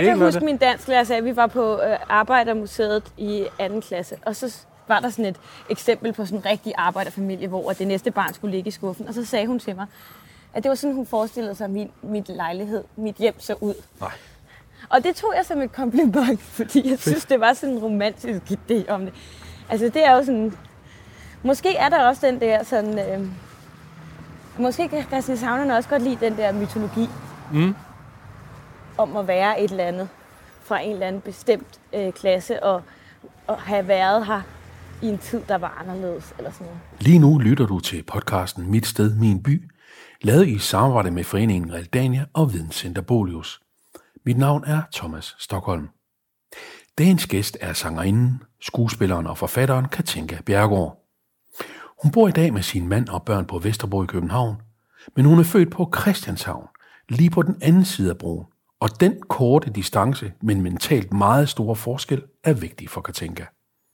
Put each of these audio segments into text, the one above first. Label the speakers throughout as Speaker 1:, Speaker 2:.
Speaker 1: kan huske, min dansklærer sagde, at vi var på Arbejdermuseet i 2. klasse, og så var der sådan et eksempel på sådan en rigtig arbejderfamilie, hvor det næste barn skulle ligge i skuffen, og så sagde hun til mig, at det var sådan, hun forestillede sig, at mit lejlighed, mit hjem så ud.
Speaker 2: Nej.
Speaker 1: Og det tog jeg som et kompliment, fordi jeg synes, det var sådan en romantisk idé om det. Altså det er jo sådan, måske er der også den der sådan, måske kan christianshavnerne også godt lide den der mytologi om at være et eller andet fra en eller anden bestemt klasse og have været her i en tid, der var anderledes eller sådan noget.
Speaker 2: Lige nu lytter du til podcasten Mit Sted, Min By, lavet i samarbejde med foreningen Realdania og Videnscenter Bolius. Mit navn er Thomas Stockholm. Dagens gæst er sangerinden, skuespilleren og forfatteren Katinka Bjerregaard. Hun bor i dag med sin mand og børn på Vesterbro i København, men hun er født på Christianshavn, lige på den anden side af broen. Og den korte distance, men mentalt meget store forskel, er vigtig for Katinka.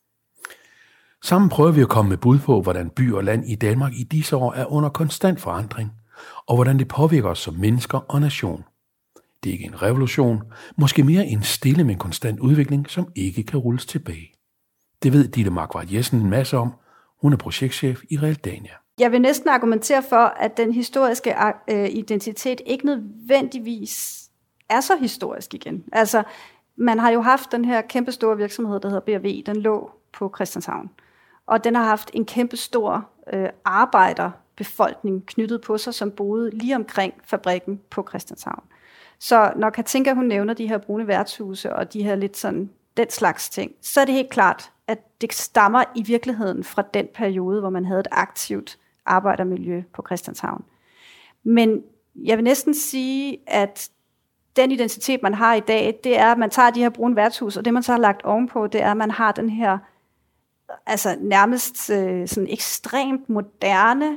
Speaker 2: Sammen prøver vi at komme med bud på, hvordan by og land i Danmark i disse år er under konstant forandring, og hvordan det påvirker os som mennesker og nation. Det er ikke en revolution, måske mere en stille, men konstant udvikling, som ikke kan rulles tilbage. Det ved Ditte Markvart Jessen en masse om. Hun er projektchef i Realdania.
Speaker 3: Jeg vil næsten argumentere for, at den historiske identitet ikke nødvendigvis er så historisk igen. Altså, man har jo haft den her kæmpestore virksomhed, der hedder BRV, den lå på Christianshavn. Og den har haft en kæmpestor arbejderbefolkning knyttet på sig, som boede lige omkring fabrikken på Christianshavn. Så når Katinka, hun nævner de her brune værtshuse og de her lidt sådan, den slags ting, så er det helt klart, at det stammer i virkeligheden fra den periode, hvor man havde et aktivt arbejdermiljø på Christianshavn. Men jeg vil næsten sige, at den identitet, man har i dag, det er, at man tager de her brune værtshus, og det, man så har lagt ovenpå, det er, at man har den her altså nærmest sådan ekstremt moderne,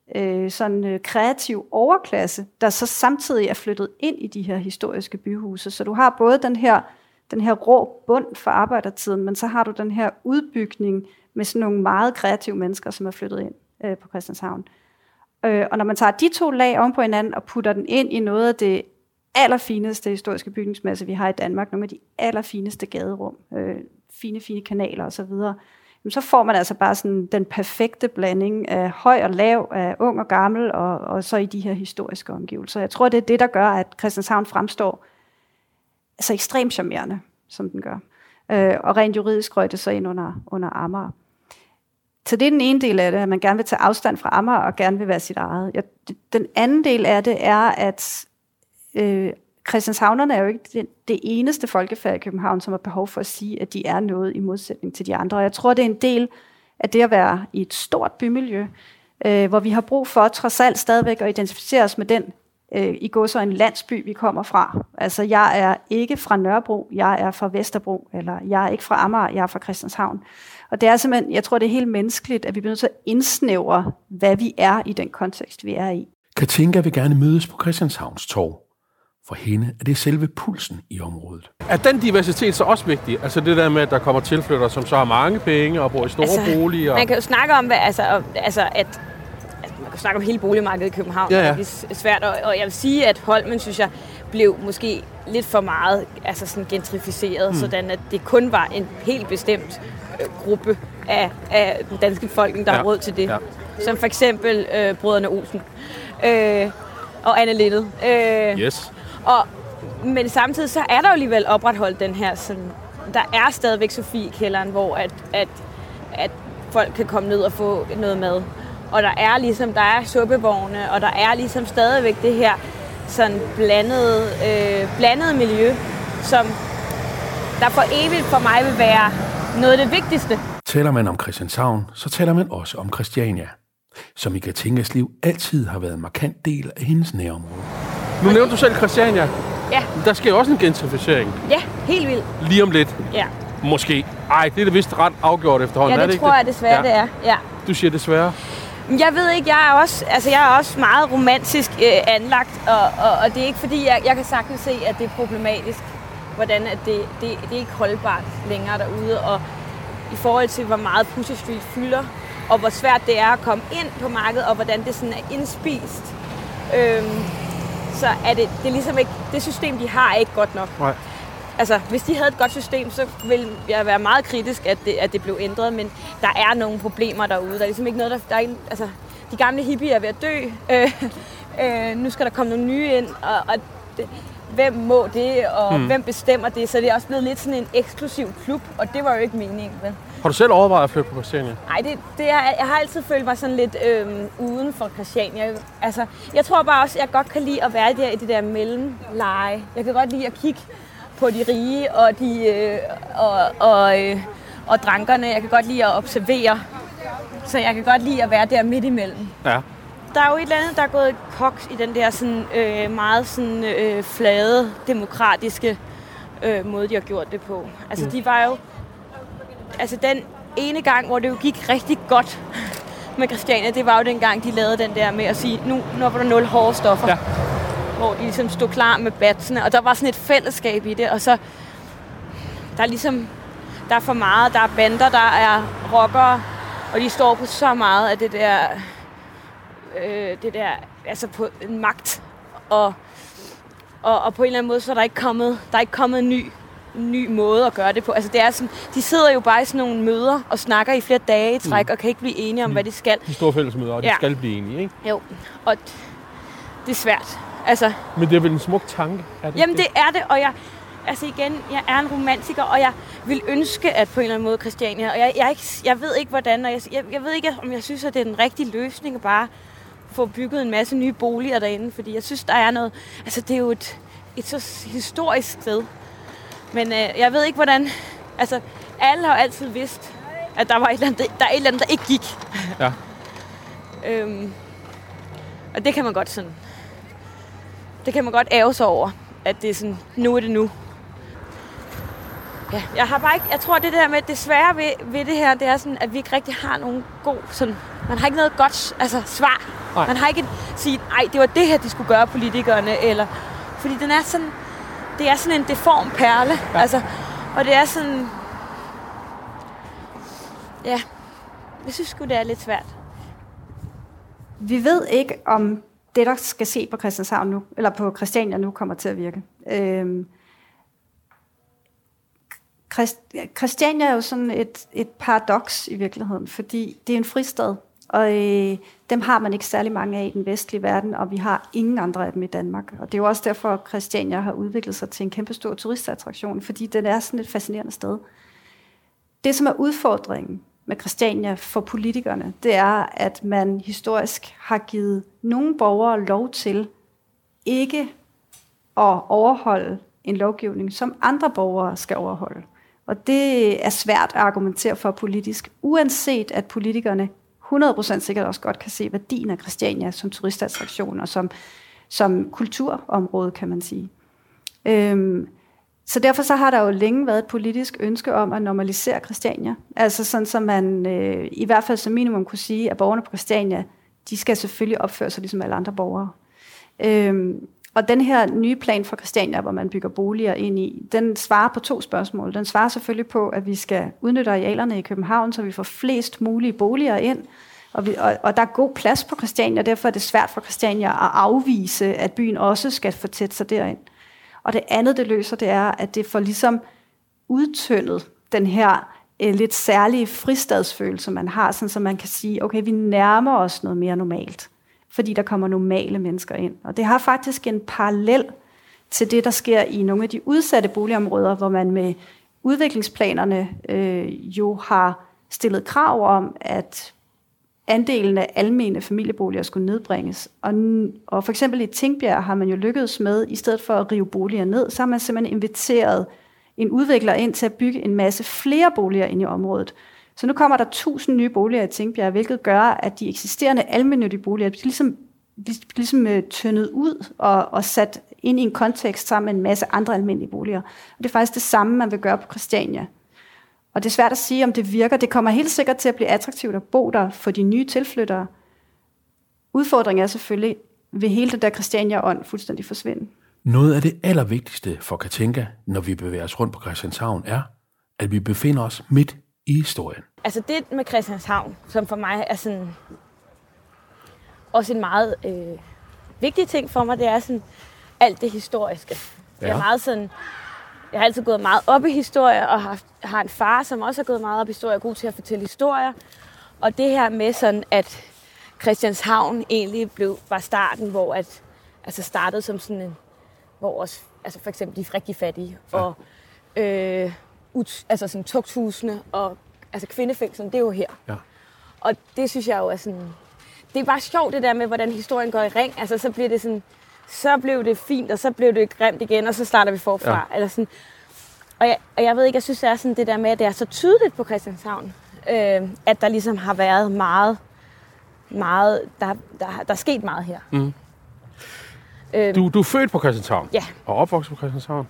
Speaker 3: sådan kreativ overklasse, der så samtidig er flyttet ind i de her historiske byhuse. Så du har både den her rå bund for arbejdertiden, men så har du den her udbygning med sådan nogle meget kreative mennesker, som er flyttet ind på Christianshavn. Og når man tager de to lag oven på hinanden og putter den ind i noget af det allerfineste historiske bygningsmasse, vi har i Danmark, nogle af de allerfineste gaderum, fine kanaler osv., så får man altså bare sådan den perfekte blanding af høj og lav, af ung og gammel, og så i de her historiske omgivelser. Jeg tror, det er det, der gør, at Christianshavn fremstår altså ekstremt charmerende, som den gør. Og rent juridisk røg det så ind under Amager. Så det er den ene del af det, at man gerne vil tage afstand fra Amager og gerne vil være sit eget. Den anden del af det er, at Christianshavnerne er jo ikke det eneste folkefærd i København, som har behov for at sige, at de er noget i modsætning til de andre. Og jeg tror, det er en del af det at være i et stort bymiljø, hvor vi har brug for trods alt stadigvæk at identificere os med den i går så en landsby, vi kommer fra. Altså, jeg er ikke fra Nørrebro, jeg er fra Vesterbro, eller jeg er ikke fra Amager, jeg er fra Christianshavn. Og det er simpelthen, jeg tror, det er helt menneskeligt, at vi bliver nødt til at indsnævre, hvad vi er i den kontekst, vi er i.
Speaker 2: Katinka vil gerne mødes på Christianshavns Torv. For hende er det selve pulsen i området.
Speaker 4: Er den diversitet så også vigtig? Altså det der med, at der kommer tilflyttere, som så har mange penge og bor i store boliger?
Speaker 1: Man kan jo snakke om, at man kan snakke om hele boligmarkedet i København.
Speaker 4: Ja.
Speaker 1: Det er svært, og jeg vil sige, at Holmen, synes jeg, blev måske lidt for meget altså sådan gentrificeret, sådan at det kun var en helt bestemt gruppe af den danske befolkning, der har råd til det. Ja. Som for eksempel brødrene Olsen og Anne Linnet.
Speaker 4: Yes.
Speaker 1: Men samtidig så er der jo alligevel opretholdt den her sådan, der er stadigvæk Sofiekælderen, hvor at folk kan komme ned og få noget mad. Og der er suppevogne, og der er ligesom stadigvæk det her sådan blandede miljø, som der for evigt for mig vil være noget af det vigtigste.
Speaker 2: Taler man om Christianshavn, så taler man også om Christiania, som i Katinkas liv altid har været en markant del af hendes nærområde.
Speaker 4: Nu nævnte du selv Christiania.
Speaker 1: Ja.
Speaker 4: Der sker også en gentrificering.
Speaker 1: Ja, helt vildt.
Speaker 4: Lige om lidt.
Speaker 1: Ja.
Speaker 4: Måske. Ej, det er det vist ret afgjort efterhånden.
Speaker 1: Ja, det tror jeg desværre, det er. Ja.
Speaker 4: Du siger desværre?
Speaker 1: Jeg ved ikke, jeg er også meget romantisk anlagt, og det er ikke fordi, jeg kan sagtens se, at det er problematisk, hvordan at det er ikke holdbart længere derude, og i forhold til, hvor meget Pusher Street fylder, og hvor svært det er at komme ind på markedet, og hvordan det sådan er indspist, så er det ligesom ikke, det system, de har, er ikke godt nok.
Speaker 4: Nej.
Speaker 1: Altså, hvis de havde et godt system, så ville jeg være meget kritisk, at det blev ændret, men der er nogle problemer derude. Der er ligesom ikke noget, der er ikke, altså, de gamle hippier er ved at dø. Nu skal der komme nogle nye ind, og hvem må det, og hvem bestemmer det? Så det er også blevet lidt sådan en eksklusiv klub, og det var jo ikke meningen, vel?
Speaker 4: Har du selv overvejet at flytte på Christiania?
Speaker 1: Nej, jeg har altid følt mig sådan lidt uden for Christiania. Altså, jeg tror bare også, at jeg godt kan lide at være der i det der mellemleje. Jeg kan godt lide at kigge på de rige og drankerne. Jeg kan godt lide at observere. Så jeg kan godt lide at være der midt imellem.
Speaker 4: Ja.
Speaker 1: Der er jo et eller andet, der er gået koks i den der sådan, meget sådan, flade, demokratiske måde, de har gjort det på. Altså, de var jo... Altså, den ene gang, hvor det jo gik rigtig godt med Christiania, det var jo den gang, de lavede den der med at sige, nu var der 0 hårde stoffer. Ja. Hvor de ligesom stod klar med batsene, og der var sådan et fællesskab i det, og så... Der er ligesom... Der er for meget, der er bander, der er rockere, og de står på så meget af det der altså på en magt, og på en eller anden måde, så er der ikke kommet en ny måde at gøre det på. Altså det er sådan, de sidder jo bare i sådan nogle møder og snakker i flere dage i træk, og kan ikke blive enige om, hvad de skal.
Speaker 4: De store fællesmøder, og de skal blive enige, ikke?
Speaker 1: Jo, og det er svært. Altså,
Speaker 4: men det er vel en smuk tanke? Er det
Speaker 1: jamen det er det, og jeg er en romantiker, og jeg vil ønske, at på en eller anden måde Christiania, og jeg ved ikke hvordan, og jeg ved ikke, om jeg synes, at det er den rigtige løsning at bare få bygget en masse nye boliger derinde, fordi jeg synes, der er noget, altså det er jo et så historisk sted. Men jeg ved ikke, hvordan, altså alle har altid vidst, at der var et eller andet, der ikke gik.
Speaker 4: Ja.
Speaker 1: Og det kan man godt sådan, det kan man godt ærge sig over, at det er sådan, nu er det nu. Ja, jeg tror det der med, det svære ved det her, det er sådan, at vi ikke rigtig har nogen god, sådan, man har ikke noget godt svar. Nej. Man har ikke sige, det var det her, de skulle gøre, politikerne, eller, fordi det er sådan en deform perle, ja. Altså, og det er sådan, ja, jeg synes sgu, det er lidt svært.
Speaker 3: Vi ved ikke, om det, der skal se på Christianshavn nu, eller på Christiania nu, kommer til at virke. Christiania er jo sådan et paradoks i virkeligheden, fordi det er en fristad, og dem har man ikke særlig mange af i den vestlige verden, og vi har ingen andre af dem i Danmark. Og det er jo også derfor, at Christiania har udviklet sig til en kæmpestor turistattraktion, fordi den er sådan et fascinerende sted. Det, som er udfordringen med Christiania for politikerne, det er, at man historisk har givet nogle borgere lov til ikke at overholde en lovgivning, som andre borgere skal overholde. Og det er svært at argumentere for politisk, uanset at politikerne 100% sikkert også godt kan se værdien af Christiania som turistattraktion og som kulturområde, kan man sige. Så derfor så har der jo længe været et politisk ønske om at normalisere Christiania. Altså sådan, så man i hvert fald som minimum kunne sige, at borgerne på Christiania, de skal selvfølgelig opføre sig ligesom alle andre borgere. Og den her nye plan for Christiania, hvor man bygger boliger ind i, den svarer på 2 spørgsmål. Den svarer selvfølgelig på, at vi skal udnytte arealerne i København, så vi får flest mulige boliger ind. Og der er god plads på Christiania, og derfor er det svært for Christiania at afvise, at byen også skal fortætte sig derind. Og det andet, det løser, det er, at det får ligesom udtyndet den her lidt særlige fristadsfølelse, man har, sådan så man kan sige, okay, vi nærmer os noget mere normalt, fordi der kommer normale mennesker ind. Og det har faktisk en parallel til det, der sker i nogle af de udsatte boligområder, hvor man med udviklingsplanerne jo har stillet krav om, at andelen af almene familieboliger skulle nedbringes. Og for eksempel i Tingbjerg har man jo lykkedes med, i stedet for at rive boliger ned, så har man simpelthen inviteret en udvikler ind til at bygge en masse flere boliger ind i området. Så nu kommer der 1000 nye boliger i Tingbjerg, hvilket gør, at de eksisterende almennyttige boliger ligesom tyndet ud og sat ind i en kontekst sammen med en masse andre almindelige boliger. Og det er faktisk det samme, man vil gøre på Christiania. Og det er svært at sige, om det virker. Det kommer helt sikkert til at blive attraktivt at bo der for de nye tilflyttere. Udfordringen er selvfølgelig, vil hele det der Christiania-ånd fuldstændig forsvinde.
Speaker 2: Noget af det allervigtigste for Katinka, når vi bevæger os rundt på Christianshavn, er, at vi befinder os midt i historien. Altså
Speaker 1: det med Christianshavn, som for mig er sådan også en meget vigtig ting for mig, det er sådan alt det historiske. Ja. Det er meget sådan Jeg har altid gået meget op i historie, og har en far, som også har gået meget op i historie, og er god til at fortælle historier. Og det her med sådan, at Christianshavn egentlig var starten, hvor startede som sådan en, hvor også, altså for eksempel de rigtig fattige, og sådan tugthusene, og altså kvindefængslen, det er jo her. Ja. Og det synes jeg jo er sådan, det er bare sjovt det der med, hvordan historien går i ring. Altså så bliver det sådan, så blev det fint, og så blev det grimt igen, og så starter vi forfra. Ja. Eller sådan. Og jeg ved ikke, jeg synes, det er sådan det der med, at det er så tydeligt på Christianshavn, at der ligesom har været meget der er sket meget her.
Speaker 4: Mm. Du er født på Christianshavn?
Speaker 1: Ja.
Speaker 4: Og opvokset på Christianshavn?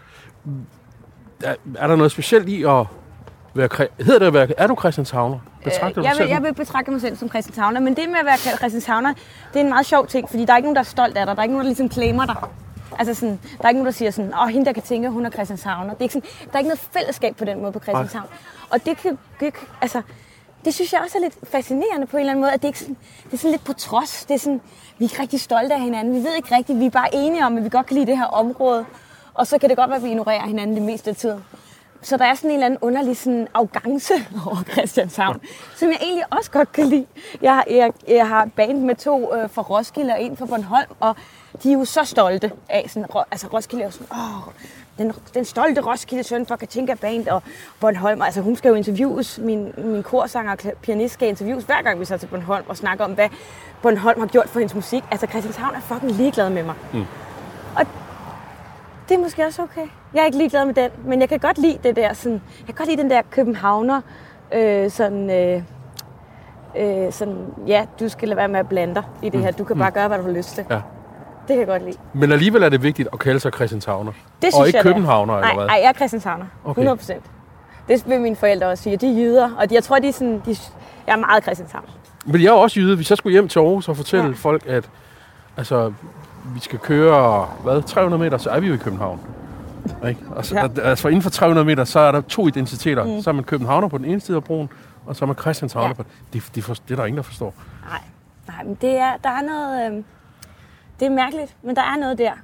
Speaker 4: Er der noget specielt i at være... Er du Christianshavner?
Speaker 1: Jeg vil betragte mig selv som Christianshavner, men det med at være Christianshavner, det er en meget sjov ting, fordi der er ikke nogen, der er stolt af dig. Der er ikke nogen, der ligesom claimer dig. Altså sådan, der er ikke nogen, der siger sådan, hende der kan tænke, hun er Christianshavner. Det er ikke sådan, der er ikke noget fællesskab på den måde på Christianshavn. Og det synes jeg også er lidt fascinerende på en eller anden måde, at det er sådan lidt på trods. Det er sådan, vi er ikke rigtig stolte af hinanden. Vi ved ikke rigtigt, vi er bare enige om, at vi godt kan lide det her område. Og så kan det godt være, at vi ignorerer hinanden det meste af tiden. Så der er sådan en eller anden underlig sådan arrogance over Christianshavn, som jeg egentlig også godt kan lide. Jeg har band med 2 fra Roskilde og 1 fra Bornholm, og de er jo så stolte af sådan, altså Roskilde er jo sådan, den stolte Roskilde-søn for Katinka Band, og Bornholm, altså hun skal jo interviews, min korsanger og pianist skal interviews hver gang vi så til Bornholm og snakker om, hvad Bornholm har gjort for hendes musik. Altså Christianshavn er fucking ligeglad med mig. Mm. Og det er måske også okay. Jeg er ikke ligeglad med den, men jeg kan godt lide det der sådan, jeg kan godt lide den der københavner, du skal lade være med at blande dig i det her. Du kan bare gøre, hvad du har lyst til. Ja. Det kan jeg godt lide.
Speaker 4: Men alligevel er det vigtigt at kalde sig Christianshavner.
Speaker 1: Det synes
Speaker 4: og ikke
Speaker 1: jeg,
Speaker 4: københavner, eller hvad?
Speaker 1: Nej, jeg er Christianshavner. Okay. 100%. Det vil mine forældre også sige. De er jyder, og jeg tror, jeg er meget Christianshavn.
Speaker 4: Men jeg er også jyde. Hvis jeg skulle hjem til Aarhus og fortælle folk, at vi skal køre 300 meter, så er vi jo i København. Ikke? Altså inden for 300 meter, så er der 2 identiteter. Så er man københavner på den ene side af broen, og så er man Christianshavner på den. Det er der ingen, der forstår.
Speaker 1: Nej, men der er noget... det er mærkeligt, men der er noget der.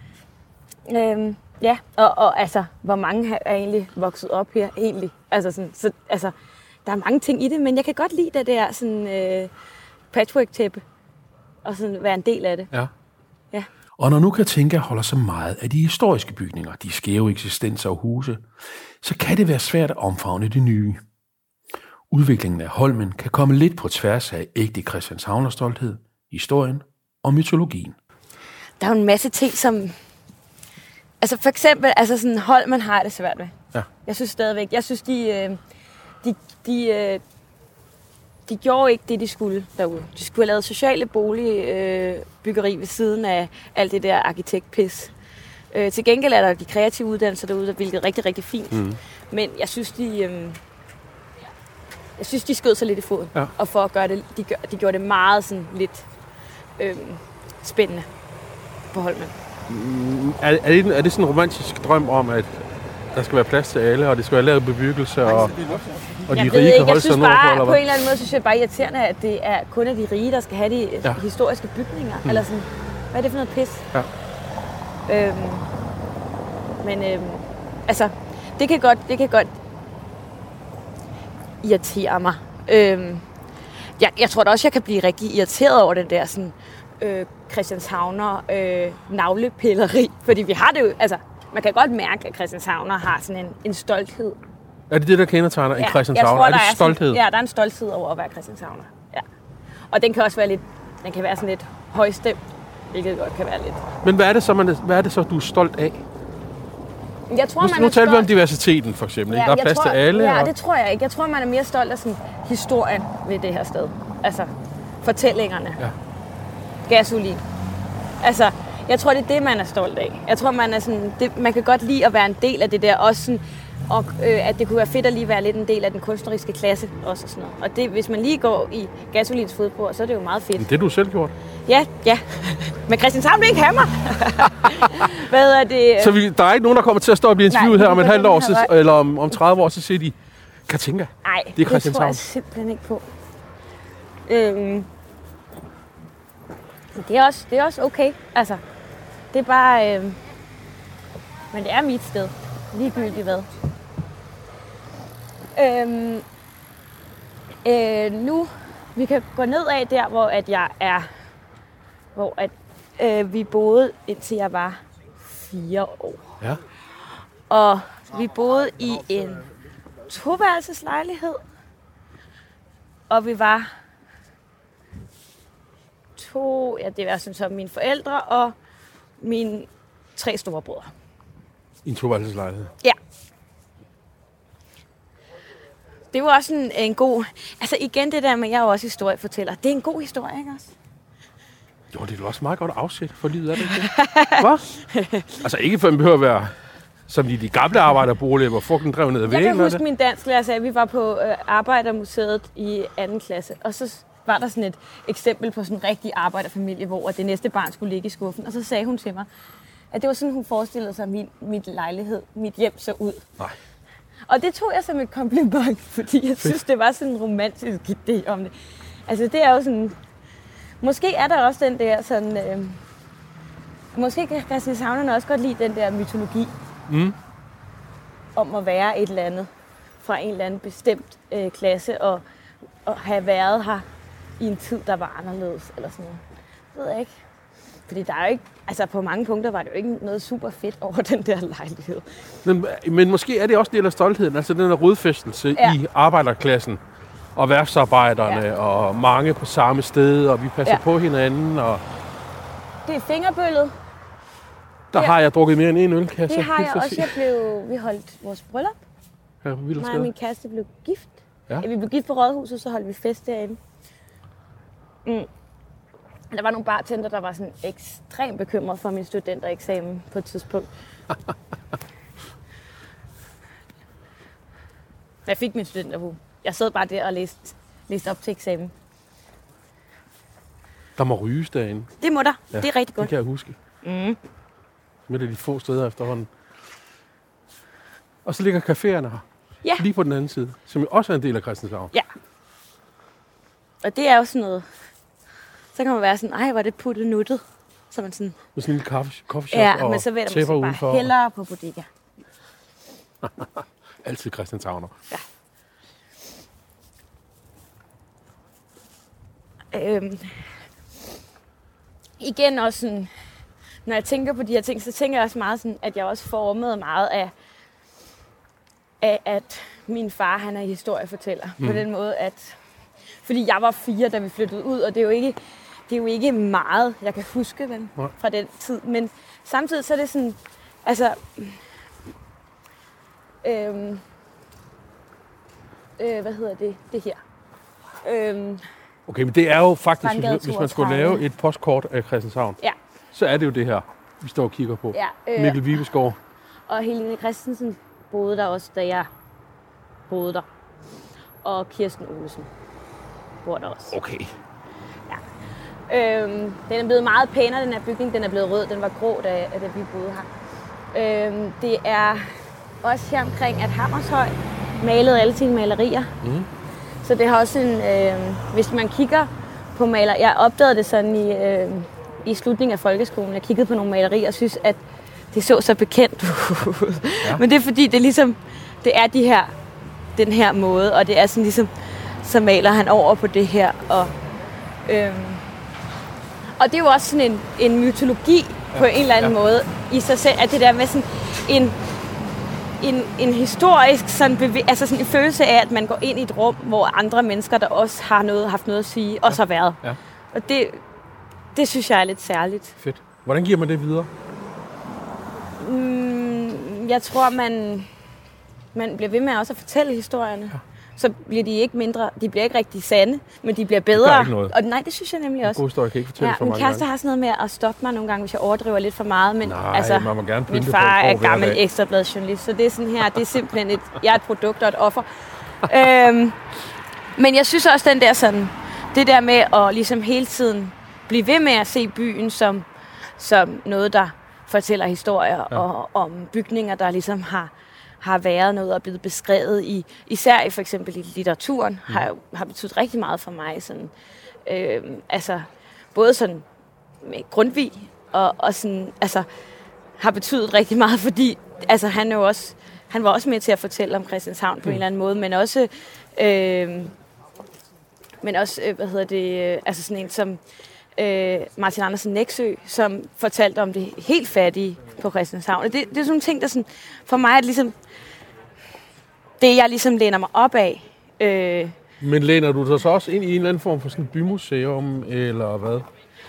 Speaker 1: Og altså, hvor mange er egentlig vokset op her egentlig? Altså, der er mange ting i det, men jeg kan godt lide det der sådan patchwork-tæppe, og sådan være en del af det.
Speaker 2: Ja. Og når nu Katinka holder så meget af de historiske bygninger, de skæve eksistenser og huse, så kan det være svært at omfavne det nye. Udviklingen af Holmen kan komme lidt på tværs af ægte Christianshavnerstolthed, historien og mytologien.
Speaker 1: Der er jo en masse ting, som... Altså for eksempel, sådan Holmen har det svært med. Ja. Jeg synes stadigvæk, de gjorde ikke det, de skulle derude. De skulle have lavet sociale boligbyggeri ved siden af alt det der arkitektpis. Til gengæld er der de kreative uddannelser derude, hvilket er rigtig, rigtig fint. Mm. Men jeg synes, de skød sig lidt i foden. Ja. Og for at gøre det, de gjorde det meget sådan lidt spændende på Holmen.
Speaker 4: Er det sådan en romantisk drøm om, at der skal være plads til alle, og det skal være lavet bebyggelse, og de rige kan holde sig nordpå, eller hvad?
Speaker 1: På en eller anden måde synes jeg bare irriterende, at det er kun de rige, der skal have de historiske bygninger. Eller sådan, hvad er det for noget pis? Ja. Det kan godt irritere mig. Jeg tror da også, jeg kan blive rigtig irriteret over den der sådan, Christianshavner navlepilleri, fordi vi har det jo, man kan godt mærke, at Christianshavner har sådan en stolthed.
Speaker 4: Er det, der kendetegner en Christianshavner? Er det stolthed?
Speaker 1: Ja, der er en stolthed over at være Christianshavner. Ja. Og den kan også være sådan lidt højstemt, hvilket godt kan være lidt.
Speaker 4: Men hvad er det så, du er stolt af?
Speaker 1: Jeg tror,
Speaker 4: nu taler vi om diversiteten, for eksempel. Ja, der er plads til alle.
Speaker 1: Ja, det tror jeg ikke. Jeg tror, man er mere stolt af sådan historien ved det her sted. Altså, fortællingerne. Ja. Gasolin. Jeg tror, det er det, man er stolt af. Jeg tror, man kan godt lide at være en del af det der, også sådan, og at det kunne være fedt at lige være lidt en del af den kunstneriske klasse også og sådan noget. Og det, hvis man lige går i Gasolins fodspor, så er det jo meget fedt.
Speaker 4: Det er du selv gjort.
Speaker 1: Ja. Men Christianshavn vil ikke have mig. Hvad er det?
Speaker 4: Så der er ikke nogen, der kommer til at stå og blive interviewet her om et halvt år, eller om 30 år, så siger de, Katinka, det er Christianshavn.
Speaker 1: Det tror jeg simpelthen ikke på. Det er også okay. Det er bare... men det er mit sted. ligegyldigt hvad. Nu, vi kan gå ned af der, hvor at jeg er, hvor at vi boede indtil jeg var 4 år.
Speaker 4: Ja.
Speaker 1: Og vi boede i en 2-værelseslejlighed. Og vi var det var som mine forældre og mine 3 storebrødre.
Speaker 4: I en 2-værelseslejlighed?
Speaker 1: Ja. Det var også en god... Altså igen det der med, jeg er også historiefortæller. Det er en god historie, ikke også?
Speaker 4: Jo, det er jo også meget godt afsæt for livet, er det ikke? Hvad? Altså ikke for, at man behøver at være som i de gamle arbejderboliger, hvor frugten drev ned ad væggen.
Speaker 1: Jeg kan huske min dansklærer, at vi var på Arbejdermuseet i 2. klasse, og så var der sådan et eksempel på sådan en rigtig arbejderfamilie, hvor det næste barn skulle ligge i skuffen. Og så sagde hun til mig, at det var sådan, hun forestillede sig, at mit lejlighed, mit hjem så ud. Nej. Og det tog jeg som et kompliment, fordi jeg synes, det var sådan en romantisk idé om det. Altså det er jo sådan... Måske er der også den der sådan... måske kan christianshavnerne også godt lide den der mytologi. Om at være et eller andet fra en eller anden bestemt klasse og have været her i en tid, der var anderledes eller sådan noget. Det ved jeg ikke. Fordi der er jo ikke, altså på mange punkter var det jo ikke noget super fedt over den der lejlighed.
Speaker 4: Men måske er det også en del af stoltheden, altså den der rodfæstelse i arbejderklassen og værftsarbejderne og mange på samme sted, og vi passer på hinanden. Og
Speaker 1: det er fingerbøllet.
Speaker 4: Der har jeg drukket mere end en ølkasse.
Speaker 1: Det har jeg også. Vi holdt vores bryllup.
Speaker 4: Ja,
Speaker 1: mig og min kæreste blev gift. Ja. Vi blev gift på Rådhuset, så holdt vi fest derinde. Der var nogle bartender, der var sådan ekstremt bekymret for min studentereksamen på et tidspunkt. Jeg fik min studenterhue. Jeg sad bare der og læste op til eksamen.
Speaker 4: Der må ryges derinde.
Speaker 1: Det må der. Ja, det er rigtig godt.
Speaker 4: Det kan jeg huske. Med de få steder efterhånden. Og så ligger caféerne her. Ja. Lige på den anden side, som jo også er en del af Christianshavn. Ja.
Speaker 1: Og det er jo sådan noget... Så kan man være sådan, ej, hvor er det puttet nuttet. Så man sådan...
Speaker 4: Med sådan en lille coffeeshop
Speaker 1: og men så vælger man sig bare hellere på bodega.
Speaker 4: Altid Christianshavner.
Speaker 1: Ja. Igen også sådan... Når jeg tænker på de her ting, så tænker jeg også meget sådan, at jeg også formede meget af at min far, han er historiefortæller. På den måde, at... Fordi jeg var 4, da vi flyttede ud, og det er jo ikke meget, jeg kan huske fra den tid. Men samtidig så er det sådan... Altså... hvad hedder det? Det her.
Speaker 4: Okay, men det er jo faktisk, hvis man skulle lave et postkort af Christianshavn, så er det jo det her, vi står og kigger på. Ja, Mikkel Vibesgaard.
Speaker 1: Og Helene Christensen boede der også, da jeg boede der. Og Kirsten Olsen bor der også.
Speaker 4: Okay.
Speaker 1: Ja. Den er blevet meget pænere, den her bygning. Den er blevet rød, den var grå, da vi boede her. Det er også her omkring, at Hammershøj malede alle sine malerier. Så det har også en... hvis man kigger på jeg opdagede det sådan i slutningen af folkeskolen. Jeg kiggede på nogle malerier og synes, at det så bekendt ud. Ja. Men det er fordi, det ligesom... Det er den her måde, og det er sådan ligesom... Så maler han over på det her, og det er jo også sådan en mytologi på en eller anden måde i sig selv, at det der med sådan en historisk sådan altså sådan en følelse af, at man går ind i et rum, hvor andre mennesker, der også har haft noget at sige, også har været. Ja. Og det synes jeg er lidt særligt.
Speaker 4: Fedt. Hvordan giver man det videre?
Speaker 1: Jeg tror, man bliver ved med også at fortælle historierne. Ja. Så bliver de ikke mindre, de bliver ikke rigtig sande, men de bliver bedre.
Speaker 4: Det gør ikke noget.
Speaker 1: Og nej, det synes jeg nemlig også.
Speaker 4: En god historie kan ikke fortælle for mange
Speaker 1: gange. Min kæreste har sådan noget med at stoppe mig nogle gange, hvis jeg overdriver lidt for meget. Men
Speaker 4: nej, altså, man må gerne
Speaker 1: min far er gammel ekstrabladsjournalist, så det er sådan her, det er simpelthen jeg er et produkt og et offer. Men jeg synes også den der sådan, det der med at ligesom hele tiden blive ved med at se byen som noget, der fortæller historier og om bygninger, der ligesom har været noget og blevet beskrevet især i for eksempel i litteraturen, har betydet rigtig meget for mig. Sådan, altså, både sådan med Grundtvig og sådan, altså, har betydet rigtig meget, fordi altså, han er jo også han var også med til at fortælle om Christianshavn på en eller anden måde, men også altså sådan en som Martin Andersen Nexø, som fortalte om det helt fattige på Christianshavn. Og det er sådan nogle ting, der sådan, for mig er det ligesom det, jeg ligesom læner mig op af.
Speaker 4: Men læner du dig så også ind i en eller anden form for sådan et bymuseum, eller hvad?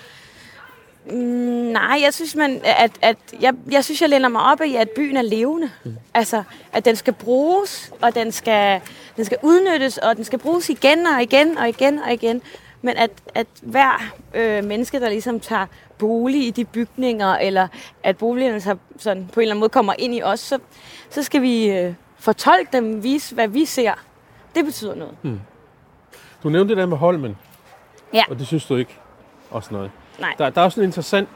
Speaker 1: Nej, jeg synes, jeg synes, jeg læner mig op af, at byen er levende. Altså, at den skal bruges, og den skal udnyttes, og den skal bruges igen og igen og igen og igen. Men at hver menneske, der ligesom tager bolig i de bygninger, eller at boligerne så sådan på en eller anden måde kommer ind i os, så skal vi fortolke dem, vise, hvad vi ser. Det betyder noget.
Speaker 4: Du nævnte det der med Holmen,
Speaker 1: ja.
Speaker 4: Og det synes du ikke også noget?
Speaker 1: Nej.
Speaker 4: Der er også en interessant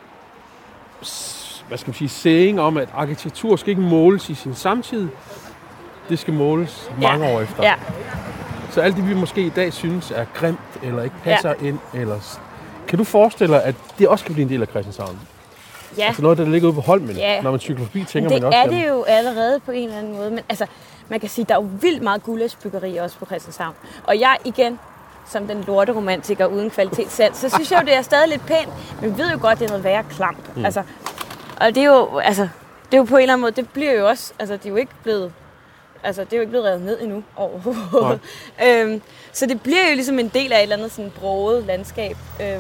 Speaker 4: saying om, at arkitektur skal ikke måles i sin samtid. Det skal måles mange år efter.
Speaker 1: Ja.
Speaker 4: Så alt det, vi måske i dag synes er grimt, eller ikke passer ind, eller... Kan du forestille dig, at det også kan blive en del af Christianshavn?
Speaker 1: Ja.
Speaker 4: Altså noget, der ligger ude på Holmen. Ja. Når man cykler forbi, tænker man også...
Speaker 1: Det er det jo allerede på en eller anden måde. Men altså, man kan sige, at der er jo vildt meget gullaschbyggeri også på Christianshavn. Og jeg igen, som den lorteromantiker uden kvalitetssans, så synes jeg jo, det er stadig lidt pænt. Men vi ved jo godt, det er noget værre klamt. Altså, og det er jo på en eller anden måde, det bliver jo også... Altså, det er jo ikke blevet revet ned endnu overhovedet. Så det bliver jo ligesom en del af et eller andet sådan broget landskab,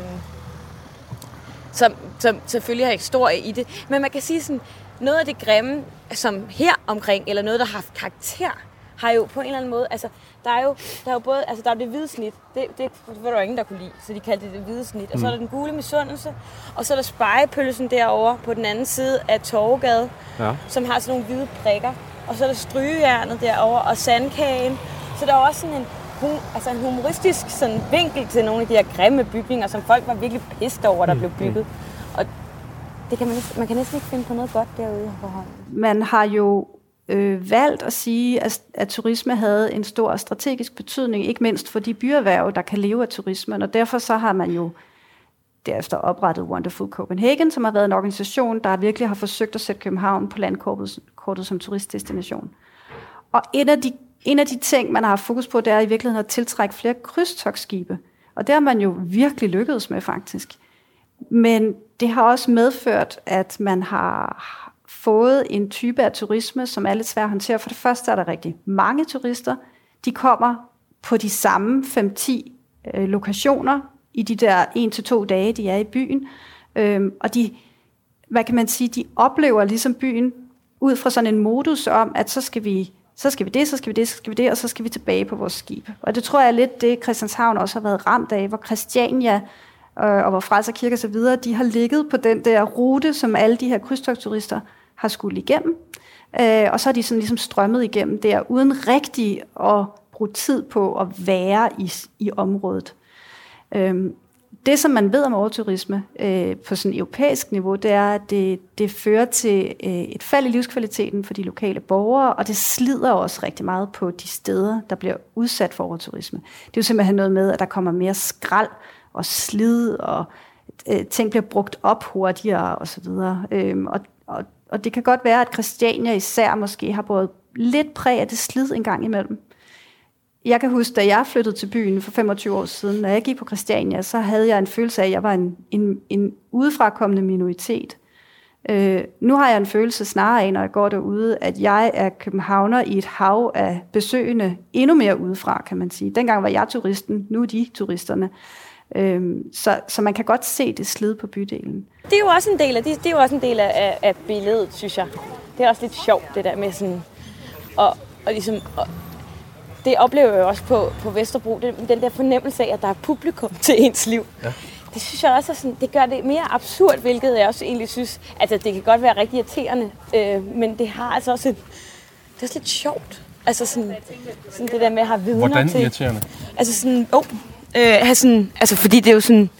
Speaker 1: som selvfølgelig har historie i det. Men man kan sige sådan, noget af det grimme, som her omkring, eller noget, der har haft karakter, har jo på en eller anden måde, altså der er jo både, altså der er det hvide snit, det var der jo ingen, der kunne lide, så de kaldte det hvide snit. Og så er der den gule misundelse, og så er der spegepølsen derovre på den anden side af Torvegade, som har sådan nogle hvide prikker. Og så er der strygejernet derovre, og sandkagen. Så der er også sådan en humoristisk sådan vinkel til nogle af de her grimme bygninger, som folk var virkelig pissed over, der blev bygget. Og det kan man kan næsten ikke finde på noget godt derude på Holmen.
Speaker 3: Man har jo valgt at sige, at turisme havde en stor strategisk betydning, ikke mindst for de byerhverv, der kan leve af turismen. Og derfor så har man jo derefter oprettet Wonderful Copenhagen, som har været en organisation, der virkelig har forsøgt at sætte København på landkortet som turistdestination. Og en af de ting, man har fokus på, det er i virkeligheden at tiltrække flere krydstogtskibe. Og det har man jo virkelig lykkedes med, faktisk. Men det har også medført, at man har fået en type af turisme, som er lidt svær at håndtere. For det første er der rigtig mange turister. De kommer på de samme 5-10 lokationer i de der 1-2 dage, de er i byen. Og de oplever ligesom byen ud fra sådan en modus om, at så skal vi det, og så skal vi tilbage på vores skib. Og det tror jeg er lidt det, Christianshavn også har været ramt af, hvor Christiania og hvor Frelser Kirke og så videre, de har ligget på den der rute, som alle de her krydstogtturister har skulle igennem. Og så er de sådan ligesom strømmet igennem der, uden rigtig at bruge tid på at være i området. Det, som man ved om overturisme på sådan europæisk niveau, det er, at det fører til et fald i livskvaliteten for de lokale borgere, og det slider også rigtig meget på de steder, der bliver udsat for overturisme. Det er jo simpelthen noget med, at der kommer mere skrald og slid, og ting bliver brugt op hurtigere osv. Og det kan godt være, at Christiania især måske har båret lidt præg af det slid en gang imellem. Jeg kan huske, da jeg flyttede til byen for 25 år siden, når jeg gik på Christiania, så havde jeg en følelse af, at jeg var en udefrakommende minoritet. Nu har jeg en følelse snarere af, når jeg går derude, at jeg er københavner i et hav af besøgende, endnu mere udefra, kan man sige. Dengang var jeg turisten, nu er de turisterne. Så man kan godt se det slid på bydelen.
Speaker 1: Det er jo også en del af, det er jo også en del af billedet, synes jeg. Det er også lidt sjovt, det der med sådan og ligesom... Det oplever jeg også på Vesterbro, den der fornemmelse af, at der er publikum til ens liv. Ja. Det synes jeg også er sådan, det gør det mere absurd, hvilket jeg også egentlig synes, altså det kan godt være rigtig irriterende, men det har altså også det er også lidt sjovt. Altså sådan det der med at have vidner til.
Speaker 4: Hvordan irriterende?
Speaker 1: Altså sådan, have sådan, altså fordi det er jo sådan,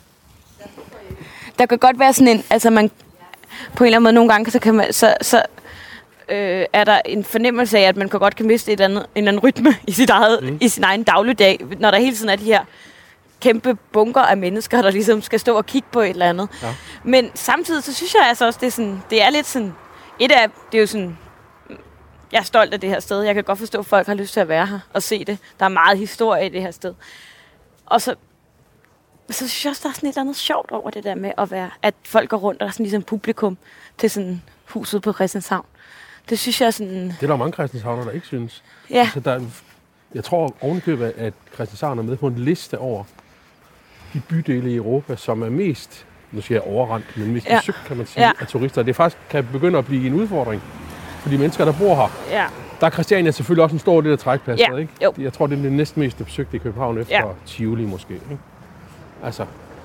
Speaker 1: der kan godt være sådan en, altså man på en eller anden måde nogle gange, så kan man, så er der en fornemmelse af, at man godt kan miste en eller anden rytme i sin egen dagligdag, når der hele tiden er de her kæmpe bunker af mennesker, der ligesom skal stå og kigge på et eller andet. Ja. Men samtidig så synes jeg altså også, det er lidt sådan, det er jo sådan jeg er stolt af det her sted. Jeg kan godt forstå, at folk har lyst til at være her og se det. Der er meget historie i det her sted. Og så synes jeg også, der er sådan et eller andet sjovt over det der med at være, at folk går rundt og der er sådan ligesom publikum til sådan huset på Christianshavn. Det synes jeg er sådan...
Speaker 4: Det er der mange Christianshavner, der ikke synes.
Speaker 1: Ja.
Speaker 4: Altså, jeg tror ovenikøbet, at Christianshavn er med på en liste over de bydele i Europa, som er mest, nu siger jeg overrendt, men mest besøgt, kan man sige, af turister. Det faktisk kan begynde at blive en udfordring for de mennesker, der bor her.
Speaker 1: Ja.
Speaker 4: Der er Christiania selvfølgelig også en stor del af trækpladsen, ikke?
Speaker 1: Jo.
Speaker 4: Jeg tror, det er det næsten mest besøgte i København efter Tivoli måske, ikke? Altså,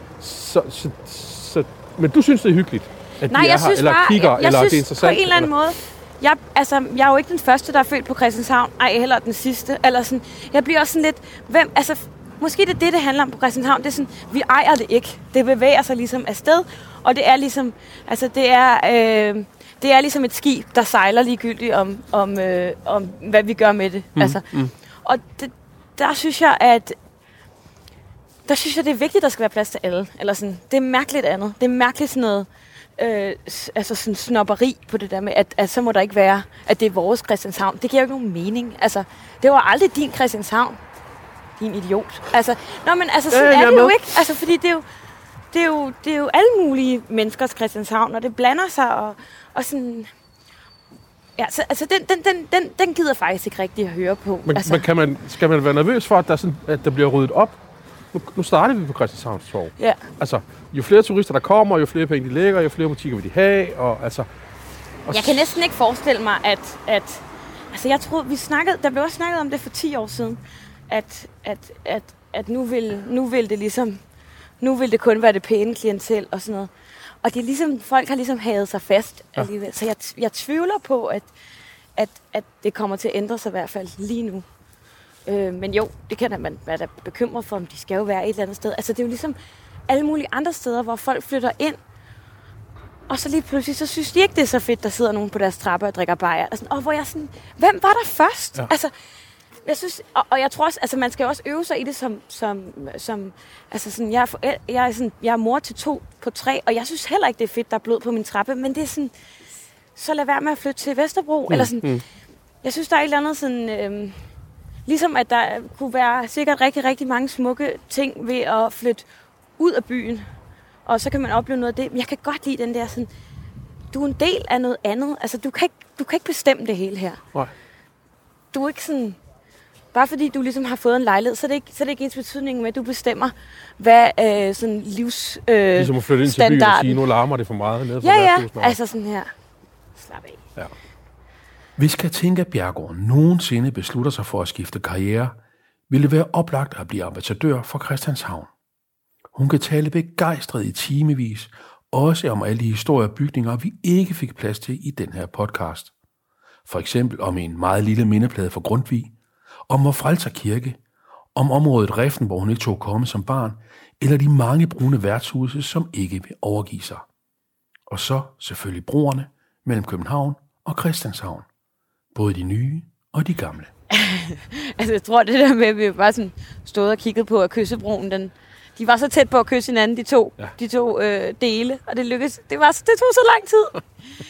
Speaker 4: men du synes, det er hyggeligt, at de er her, eller kigger, eller
Speaker 1: synes,
Speaker 4: det er interessant?
Speaker 1: På en eller anden måde. Jeg er jo ikke den første, der er født på Christianshavn. Ej, heller den sidste. Eller sådan, jeg bliver også sådan lidt... måske det er det handler om på Christianshavn. Det er sådan, vi ejer det ikke. Det bevæger sig ligesom afsted. Og det er ligesom... Altså, det er ligesom et skib, der sejler ligegyldigt om hvad vi gør med det. Og der synes jeg, at... Der synes jeg, det er vigtigt, at der skal være plads til alle. Eller sådan, det er mærkeligt andet. Det er mærkeligt sådan noget... sådan snobberi på det der med, at så må der ikke være, at det er vores Christianshavn. Det giver jo ikke nogen mening. Altså, det var aldrig din Christianshavn. Din idiot. Altså, sådan er det jo ikke. Altså, fordi det er jo alle mulige menneskers Christianshavn, og det blander sig, og sådan... Ja, så, altså, den gider faktisk ikke rigtig at høre på.
Speaker 4: Men skal man være nervøs for, at der bliver ryddet op? Nu starter vi på Christianshavns Torv.
Speaker 1: Ja.
Speaker 4: Altså, jo flere turister, der kommer, jo flere penge de lægger, jo flere butikker vil de have, og altså...
Speaker 1: Jeg kan næsten ikke forestille mig, at jeg tror, der blev også snakket om det for 10 år siden, at nu vil det ligesom... Nu vil det kun være det pæne klientel og sådan noget. Og det er ligesom, folk har ligesom haget sig fast alligevel. Så jeg tvivler på, at det kommer til at ændre sig i hvert fald lige nu. Men jo, det kan man være da bekymret for, om de skal jo være et eller andet sted. Altså det er jo ligesom alle mulige andre steder, hvor folk flytter ind, og så lige pludselig, så synes de ikke, det er så fedt, der sidder nogen på deres trappe og drikker bajer. Og hvor jeg sådan, hvem var der først? Ja. Altså, jeg synes, og jeg tror også, altså man skal også øve sig i det som altså sådan, jeg er mor til 2 på 3, og jeg synes heller ikke, det er fedt, der er blod på min trappe, men det er sådan, så lad være med at flytte til Vesterbro, eller sådan. Jeg synes, der er et eller andet sådan... Ligesom at der kunne være sikkert rigtig, rigtig mange smukke ting ved at flytte ud af byen. Og så kan man opleve noget af det. Men jeg kan godt lide den der sådan, du er en del af noget andet. Altså du kan ikke bestemme det hele her.
Speaker 4: Nej.
Speaker 1: Du er ikke sådan, bare fordi du ligesom har fået en lejlighed, så er det ikke ens betydning med, at du bestemmer, hvad sådan livs
Speaker 4: ligesom at flytte ind til byen og sige, nu larmer det for meget nede fra værtshusen.
Speaker 1: Ja, altså sådan her. Slap af.
Speaker 4: Ja.
Speaker 2: Hvis Katinka Bjerregaard nogensinde beslutter sig for at skifte karriere, vil det være oplagt at blive ambassadør for Christianshavn. Hun kan tale begejstret i timevis, også om alle de historier og bygninger, vi ikke fik plads til i den her podcast. For eksempel om en meget lille mindeplade for Grundtvig, om Vor Frelser Kirke, om området Reften, hvor hun ikke tog komme som barn, eller de mange brune værtshuse, som ikke vil overgive sig. Og så selvfølgelig broerne mellem København og Christianshavn. Både de nye og de gamle.
Speaker 1: Altså, jeg tror, det der med, at vi bare sådan stod og kiggede på, at kyssebroen, de var så tæt på at kysse hinanden, de to dele, og det lykkedes. Det tog så lang tid.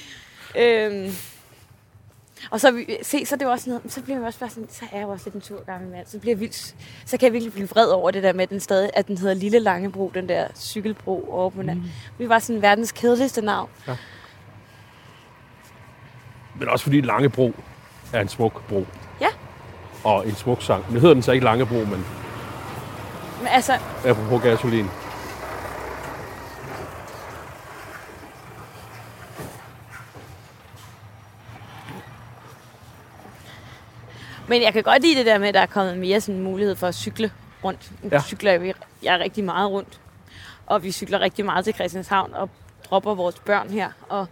Speaker 1: Og så det var også noget, så bliver jeg også bare sådan, så er jeg også lidt en tur gammel mand, så kan jeg virkelig blive vred over det der med, at den hedder Lille Langebro, den der cykelbro over på den. Vi var sådan verdens kedeligste navn. Ja.
Speaker 4: Men også fordi Langebro er en smuk bro.
Speaker 1: Ja.
Speaker 4: Og en smuk sang. Nu hedder den så ikke Langebro, men
Speaker 1: altså...
Speaker 4: Apropos gasolin.
Speaker 1: Men jeg kan godt lide det der med, at der er kommet mere sådan mulighed for at cykle rundt. Ja. Cykler jeg rigtig meget rundt. Og vi cykler rigtig meget til Christianshavn og dropper vores børn her. Og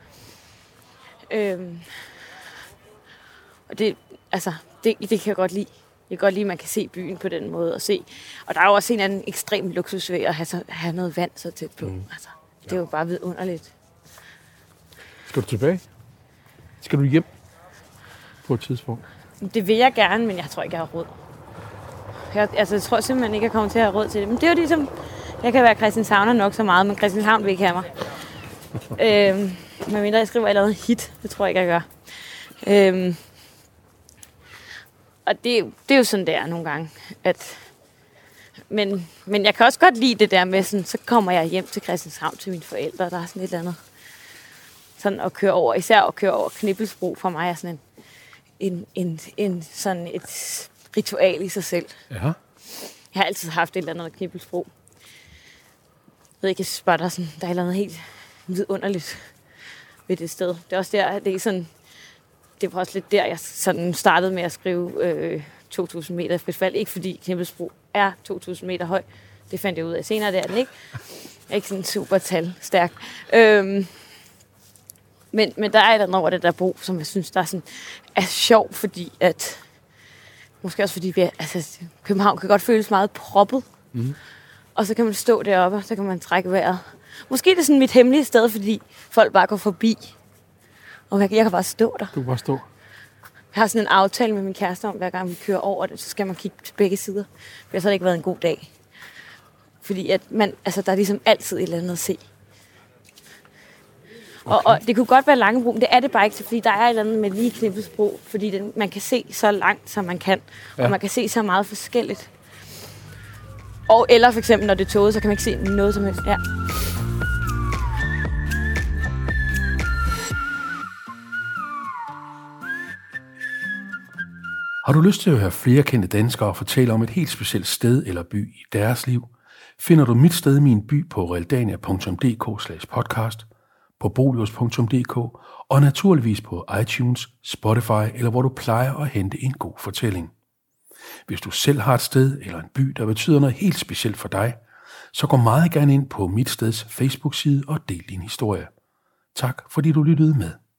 Speaker 1: det kan jeg godt lide. Jeg kan godt lide, at man kan se byen på den måde og se. Og der er jo også en anden ekstrem luksus ved at have noget vand så tæt på. Altså, det er jo bare vidunderligt.
Speaker 4: Skal du tilbage? Skal du hjem på et tidspunkt?
Speaker 1: Det vil jeg gerne, men jeg tror ikke, jeg har råd. Jeg tror simpelthen ikke, jeg kommer til at have råd til det. Men det er jo ligesom, jeg kan være Christianshavner nok så meget, men Christianshavn vil ikke have mig. Men mindre jeg skriver et eller andet hit, det tror jeg ikke, jeg gør. Og det er jo sådan, det er nogle gange. Men jeg kan også godt lide det der med, sådan, så kommer jeg hjem til Christianshavn til mine forældre, der er sådan et eller andet. Sådan at køre over, især at køre over Knippelsbro for mig er sådan sådan et ritual i sig selv.
Speaker 2: Ja.
Speaker 1: Jeg har altid haft et eller andet Knippelsbro. Jeg ved ikke, jeg synes bare, der er et eller andet helt vidunderligt ved det sted. Det er også der, det var også lidt der, jeg sådan startede med at skrive 2.000 meter i frit fald. Ikke fordi Knippelsbro er 2.000 meter høj. Det fandt jeg ud af senere, det er den ikke. Jeg er ikke sådan super talstærk. Men der er et eller andet over det der bro, som jeg synes, der er sjov, fordi at... Måske også fordi København kan godt føles meget proppet. Mm. Og så kan man stå deroppe, og så kan man trække vejret. Måske er det sådan mit hemmelige sted, fordi folk bare går forbi. Og jeg kan bare stå der.
Speaker 4: Du kan bare stå.
Speaker 1: Jeg har sådan en aftale med min kæreste om, hver gang vi kører over det, så skal man kigge til begge sider. For så har det ikke været en god dag. Fordi at der er ligesom altid et eller andet at se. Okay. Og det kunne godt være Langebro, men det er det bare ikke, fordi der er et eller andet med lige Knippelsbro, fordi man kan se så langt, som man kan. Ja. Og man kan se så meget forskelligt. Eller for eksempel, når det er toget, så kan man ikke se noget som helst. Ja.
Speaker 2: Har du lyst til at høre flere kendte danskere fortælle om et helt specielt sted eller by i deres liv, finder du Mit Sted Min By på realdania.dk/podcast, på Bolius.dk og naturligvis på iTunes, Spotify eller hvor du plejer at hente en god fortælling. Hvis du selv har et sted eller en by, der betyder noget helt specielt for dig, så gå meget gerne ind på Mit Steds Facebook-side og del din historie. Tak fordi du lyttede med.